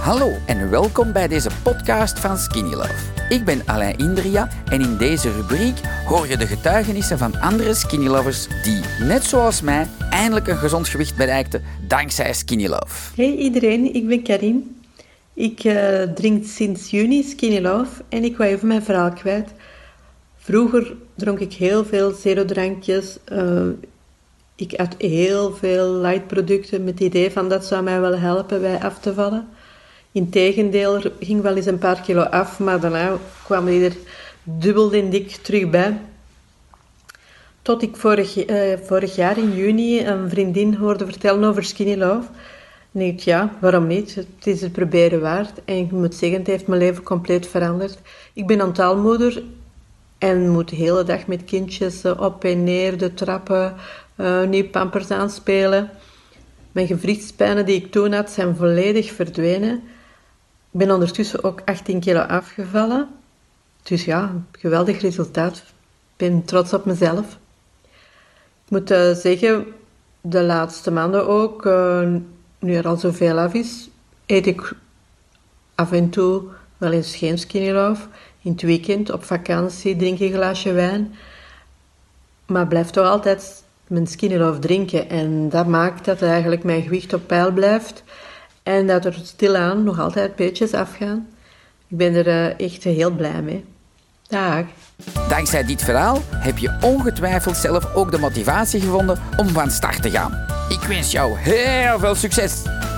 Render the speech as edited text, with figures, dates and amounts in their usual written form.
Hallo en welkom bij deze podcast van Skinny Love. Ik ben Alain Indria en in deze rubriek hoor je de getuigenissen van andere Skinny Lovers die, net zoals mij, eindelijk een gezond gewicht bereikten dankzij Skinny Love. Hey iedereen, ik ben Karin. Ik drink sinds juni Skinny Love en ik wou even mijn verhaal kwijt. Vroeger dronk ik heel veel zero-drankjes. Ik at heel veel light producten met het idee van dat zou mij wel helpen bij af te vallen. Integendeel, er ging wel eens een paar kilo af, maar daarna kwam die er dubbel en dik terug bij. Tot ik vorig jaar in juni een vriendin hoorde vertellen over Skinny Love. En ik dacht, ja, waarom niet? Het is het proberen waard. En ik moet zeggen, het heeft mijn leven compleet veranderd. Ik ben een taalmoeder en moet de hele dag met kindjes op en neer de trappen, nieuw pampers aanspelen. Mijn gewrichtspijnen die ik toen had, zijn volledig verdwenen. Ik ben ondertussen ook 18 kilo afgevallen. Dus ja, geweldig resultaat. Ik ben trots op mezelf. Ik moet zeggen, de laatste maanden ook, nu er al zoveel af is, eet ik af en toe wel eens geen Skinny Love. In het weekend, op vakantie, drink ik een glaasje wijn. Maar blijf toch altijd mijn Skinny Love drinken. En dat maakt dat eigenlijk mijn gewicht op peil blijft. En dat er stilaan nog altijd beetjes afgaan. Ik ben er echt heel blij mee. Dag. Dankzij dit verhaal heb je ongetwijfeld zelf ook de motivatie gevonden om van start te gaan. Ik wens jou heel veel succes!